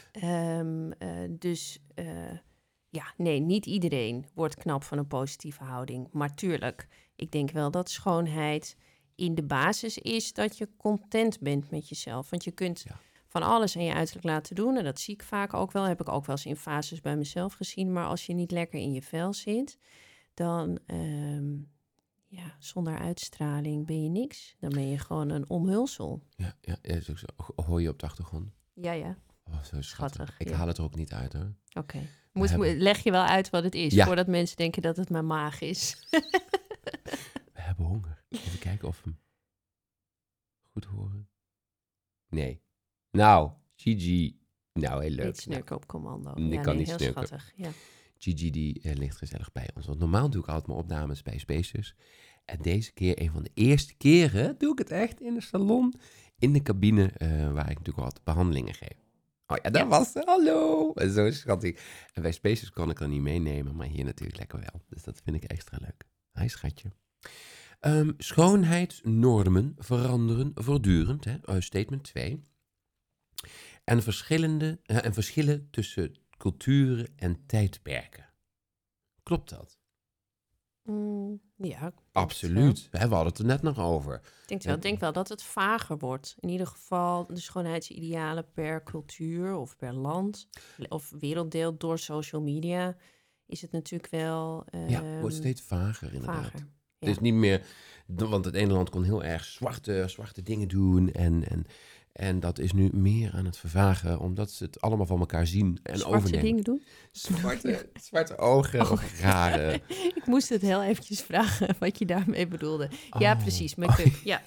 Nee, niet iedereen wordt knap van een positieve houding. Maar tuurlijk, ik denk wel dat schoonheid in de basis is dat je content bent met jezelf. Want je kunt Ja. van alles aan je uiterlijk laten doen. En dat zie ik vaak ook wel. Heb ik ook wel eens in fases bij mezelf gezien. Maar als je niet lekker in je vel zit, dan zonder uitstraling ben je niks. Dan ben je gewoon een omhulsel. Ja, is ook zo. Hoor je op de achtergrond? Ja. Oh, zo schattig. Schattig, Ik ja. haal het er ook niet uit, hoor. Oké. hebben- Leg je wel uit wat het is, Ja. voordat mensen denken dat het mijn maag is. We hebben honger. Even kijken of we hem goed horen. Nee. Nou, Gigi. Nou, heel leuk. Niet snurken op commando. ik kan niet heel snurken. schattig. Ja. Gigi die ligt gezellig bij ons. Want normaal doe ik altijd mijn opnames bij Spaces. En deze keer, een van de eerste keren, doe ik het echt in de salon. In de cabine, waar ik natuurlijk altijd behandelingen geef. Oh ja, dat was ze. Hallo. Zo schattig. En bij Spaces kon ik er niet meenemen, maar hier natuurlijk lekker wel. Dus dat vind ik extra leuk. Hi, schatje. Schoonheidsnormen veranderen voortdurend. Statement 2. En verschillen tussen culturen en tijdperken. Klopt dat? Ja. Absoluut. We hadden het er net nog over. Ik denk wel dat het vager wordt. In ieder geval de schoonheidsidealen per cultuur of per land of werelddeel door social media is het natuurlijk wel... Het wordt steeds vager inderdaad. vager. Ja. Het is niet meer... Want het ene land kon heel erg zwarte dingen doen. En dat is nu meer aan het vervagen. Omdat ze het allemaal van elkaar zien en Zwarte overnemen. dingen doen? Zwarte ogen of rare... Ik moest het heel eventjes vragen wat je daarmee bedoelde. Ja, precies. Make-up. Ja.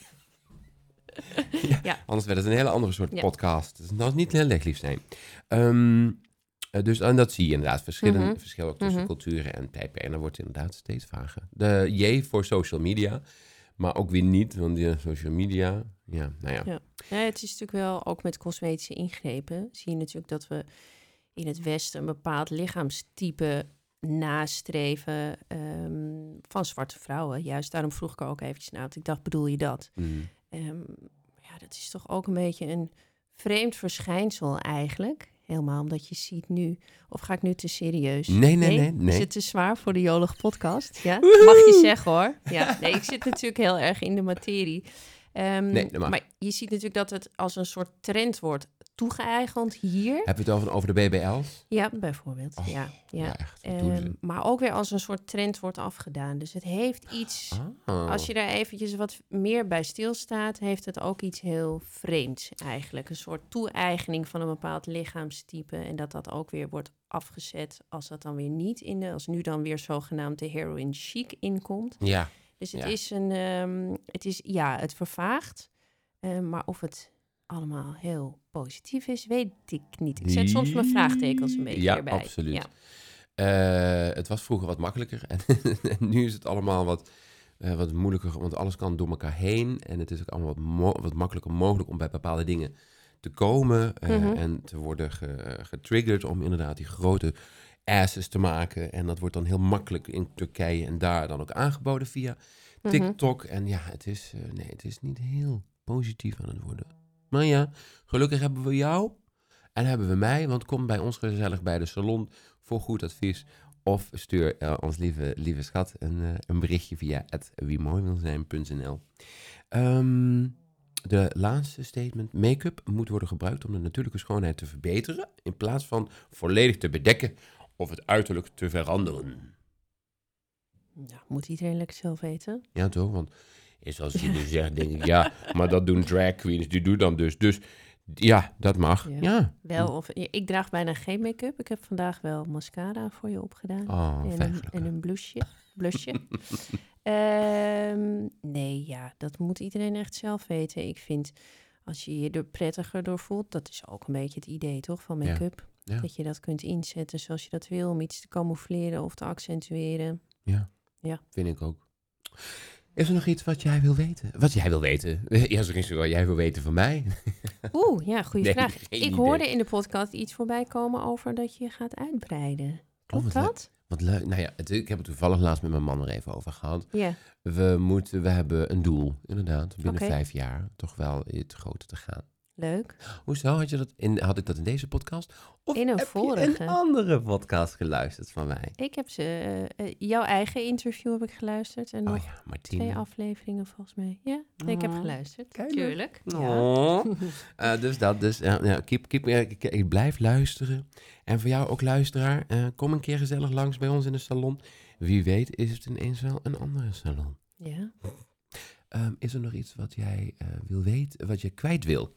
Anders werd het een hele andere soort Ja. podcast. Dus dat is niet heel erg lief zijn. Dus en dat zie je inderdaad. Verschil ook tussen culturen en tijdperken. En dan wordt het inderdaad steeds vager. De J voor social media. Maar ook weer niet, want die social media... Ja, nou ja. Ja. Ja, het is natuurlijk wel, ook met cosmetische ingrepen, zie je natuurlijk dat we in het Westen een bepaald lichaamstype nastreven van zwarte vrouwen. Juist daarom vroeg ik er ook eventjes naar, want ik dacht, bedoel je dat? Ja, dat is toch ook een beetje een vreemd verschijnsel eigenlijk. Helemaal omdat je ziet nu... Of ga ik nu te serieus? Nee. Is het te zwaar voor de jolige podcast? Ja? Mag je zeggen hoor. Ja, nee, ik zit natuurlijk heel erg in de materie. Maar je ziet natuurlijk dat het als een soort trend wordt toegeëigend hier. Heb je het over de BBL's? Ja, bijvoorbeeld. Oh, ja. echt. Wat doen ze? Maar ook weer als een soort trend wordt afgedaan. Dus het heeft iets... Als je daar eventjes wat meer bij stilstaat, heeft het ook iets heel vreemds eigenlijk. Een soort toe-eigening van een bepaald lichaamstype. En dat ook weer wordt afgezet als dat dan weer niet als nu dan weer zogenaamd de heroin chic inkomt. Ja. Dus het is het vervaagt. Maar of het allemaal heel positief is, weet ik niet. Ik zet soms mijn vraagtekens een beetje erbij. Absoluut. Ja, het was vroeger wat makkelijker. En nu is het allemaal wat moeilijker, want alles kan door elkaar heen. En het is ook allemaal wat makkelijker mogelijk om bij bepaalde dingen te komen. En te worden getriggerd om inderdaad die grote asses te maken. En dat wordt dan heel makkelijk in Turkije en daar dan ook aangeboden via TikTok. En ja, het is niet heel positief aan het worden. Maar ja, gelukkig hebben we jou en hebben we mij. Want kom bij ons gezellig bij de salon voor goed advies. Of stuur ons lieve schat een berichtje via @wiemooiwilzijn.nl. De laatste statement. Make-up moet worden gebruikt om de natuurlijke schoonheid te verbeteren, in plaats van volledig te bedekken of het uiterlijk te veranderen. Nou, moet iedereen lekker zelf weten. Ja, toch? Want zoals je nu zegt, denk ik, ja, maar dat doen drag queens, die doen dan dus. Dus ja, dat mag. Ja. Ik draag bijna geen make-up. Ik heb vandaag wel mascara voor je opgedaan. En een blusje. Nee, ja, dat moet iedereen echt zelf weten. Ik vind, als je je er prettiger door voelt, dat is ook een beetje het idee, toch, van make-up. Ja. Dat je dat kunt inzetten zoals je dat wil, om iets te camoufleren of te accentueren. Ja, vind ik ook. Is er nog iets wat jij wil weten? Wat jij wil weten? Ja, is er iets wat jij wil weten van mij? Ja, goede vraag. Ik hoorde in de podcast iets voorbij komen over dat je gaat uitbreiden. Klopt dat? Wat leuk. Nou ja, ik heb het toevallig laatst met mijn man er even over gehad. Ja. We hebben een doel, inderdaad, binnen 5 jaar toch wel iets groter te gaan. Leuk. Hoezo? Had ik dat in deze podcast? Of in een heb vorige. je een andere podcast geluisterd van mij? Ik heb jouw eigen interview heb ik geluisterd. En nog Martine. 2 afleveringen volgens mij. Ja, ik heb geluisterd. Kijk, tuurlijk. Ik blijf luisteren. En voor jou ook luisteraar, kom een keer gezellig langs bij ons in de salon. Wie weet is het ineens wel een andere salon. Ja. Is er nog iets wat jij wil weten, wat je kwijt wil?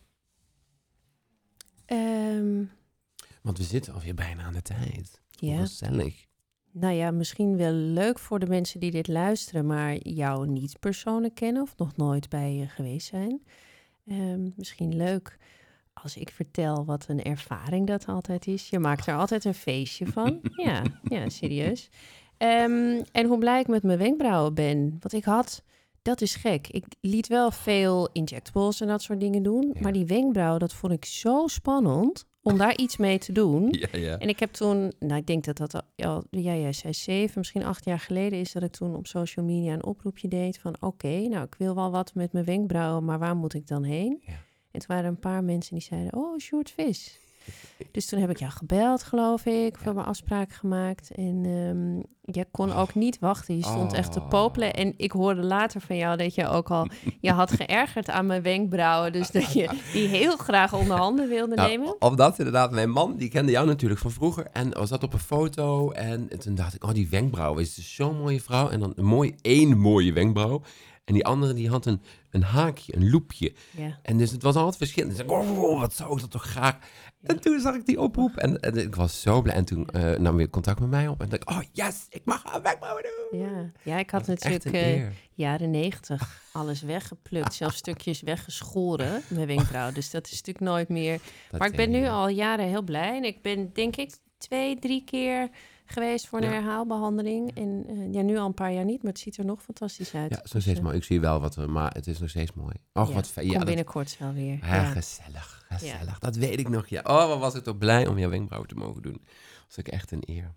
Want we zitten alweer bijna aan de tijd. Ja. Gezellig. Nou ja, misschien wel leuk voor de mensen die dit luisteren, maar jou niet persoonlijk kennen of nog nooit bij je geweest zijn. Misschien leuk als ik vertel wat een ervaring dat altijd is. Je maakt er altijd een feestje van. Ja, serieus. En hoe blij ik met mijn wenkbrauwen ben. Wat ik had, dat is gek. Ik liet wel veel injectables en dat soort dingen doen. Ja. Maar die wenkbrauw, dat vond ik zo spannend om daar iets mee te doen. Ja. En ik heb toen, ik denk dat al, jij zei 7, misschien 8 jaar geleden is dat ik toen op social media een oproepje deed van oké, ik wil wel wat met mijn wenkbrauwen, maar waar moet ik dan heen? Ja. En toen waren er een paar mensen die zeiden, Sjoerd Vis. Dus toen heb ik jou gebeld, geloof ik. We hebben afspraak gemaakt. En jij kon ook niet wachten. Je stond echt te popelen. En ik hoorde later van jou dat je ook al... Je had geërgerd aan mijn wenkbrauwen. Dus dat je die heel graag onder handen wilde nemen. Omdat inderdaad, mijn man, die kende jou natuurlijk van vroeger. En was dat op een foto. En toen dacht ik, die wenkbrauwen. Is dus zo'n mooie vrouw. En dan één mooie wenkbrauw. En die andere, die had een haakje, een loepje. Ja. En dus het was altijd verschillend. Dus ik wat zou ik dat toch graag. Ja. En toen zag ik die oproep en ik was zo blij. En toen nam weer contact met mij op. En dacht ik, yes, ik mag haar wenkbrauwen doen. Ja, ik had natuurlijk jaren 90 alles weggeplukt. Zelfs stukjes weggeschoren, mijn wenkbrauw. Dus dat is natuurlijk nooit meer. Maar ik ben nu al jaren heel blij. En ik ben denk ik 2-3 keer... geweest voor een herhaalbehandeling. En nu al een paar jaar niet, maar het ziet er nog fantastisch uit. Ja, het is nog steeds mooi. Ik zie wel maar het is nog steeds mooi. Wat fijn. Kom binnenkort wel weer. Gezellig. Ja. Dat weet ik nog. Ja. Oh, wat was ik toch blij om jouw wenkbrauwen te mogen doen. Dat was ook echt een eer.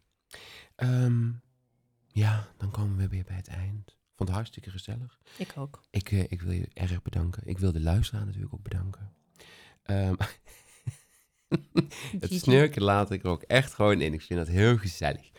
Dan komen we weer bij het eind. Vond het hartstikke gezellig. Ik ook. Ik wil je erg bedanken. Ik wil de luisteraar natuurlijk ook bedanken. Het snurken laat ik er ook echt gewoon in. Ik vind dat heel gezellig.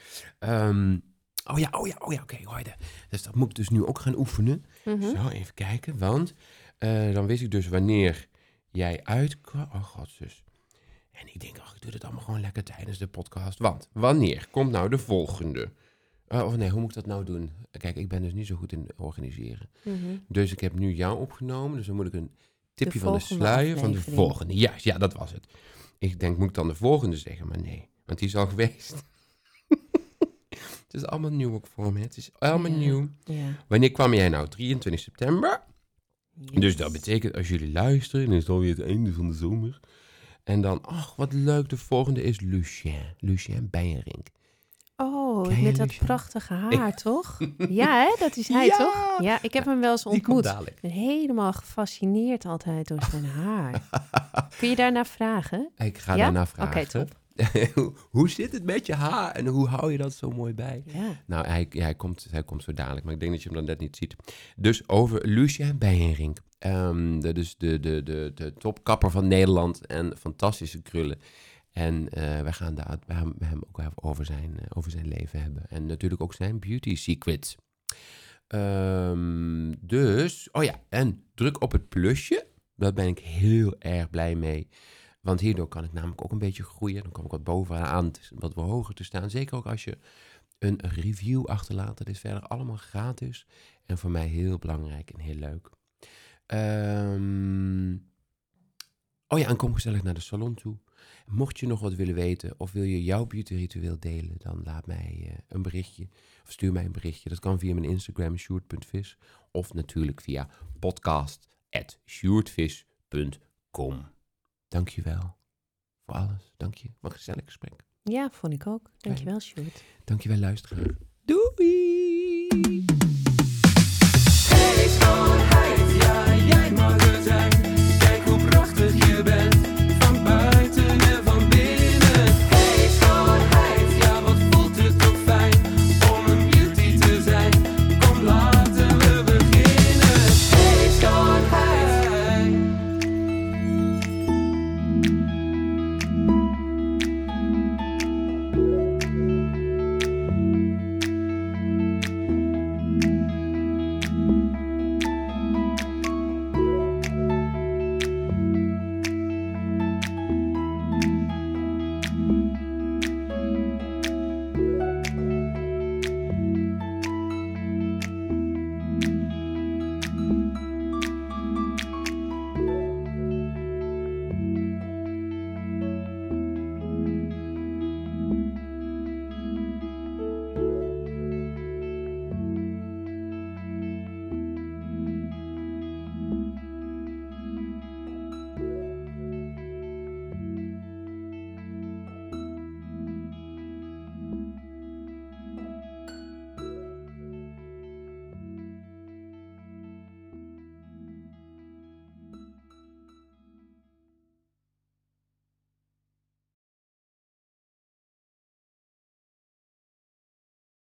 Oké, hoorde. Dus dat moet ik dus nu ook gaan oefenen. Mm-hmm. Zo, even kijken. Want dan wist ik dus wanneer jij uitkwam. Oh god, zus. En ik denk, ik doe dit allemaal gewoon lekker tijdens de podcast. Want wanneer komt nou de volgende? Hoe moet ik dat nou doen? Kijk, ik ben dus niet zo goed in organiseren. Mm-hmm. Dus ik heb nu jou opgenomen. Dus dan moet ik een tipje van de sluier van de volgende. Ja, dat was het. Ik denk, moet ik dan de volgende zeggen? Maar nee, want die is al geweest. Het is allemaal nieuw ook voor me. Het is allemaal nieuw. Ja. Wanneer kwam jij nou? 23 september. Yes. Dus dat betekent, als jullie luisteren, dan is het alweer het einde van de zomer. En dan, wat leuk, de volgende is Lucien Bijenrink. Oh, met dat prachtige haar, toch? Ja, hè? Dat is hij, toch? Ja, ik heb hem wel eens ontmoet. Ik ben helemaal gefascineerd altijd door zijn haar. Kun je daarna vragen? Ik ga daarna vragen. Oké, top. Hoe zit het met je haar en hoe hou je dat zo mooi bij? Ja. Nou, hij komt zo dadelijk, maar ik denk dat je hem dan net niet ziet. Dus over Lucien Bijenrink. Dus de topkapper van Nederland en fantastische krullen. En we gaan hem ook even over zijn leven hebben. En natuurlijk ook zijn beauty secrets. En druk op het plusje. Daar ben ik heel erg blij mee. Want hierdoor kan ik namelijk ook een beetje groeien. Dan kom ik wat bovenaan, wat hoger te staan. Zeker ook als je een review achterlaat. Dat is verder allemaal gratis. En voor mij heel belangrijk en heel leuk. En kom gezellig naar de salon toe. Mocht je nog wat willen weten of wil je jouw beautyritueel delen, dan laat mij een berichtje of stuur mij een berichtje. Dat kan via mijn Instagram, sjoerd.vis, of natuurlijk via podcast@sjoerdvis.com. Dank je wel voor alles. Dank je. Wat een gezellig gesprek. Ja, vond ik ook. Dank je wel, Sjoerd. Dank je wel, luisteraar.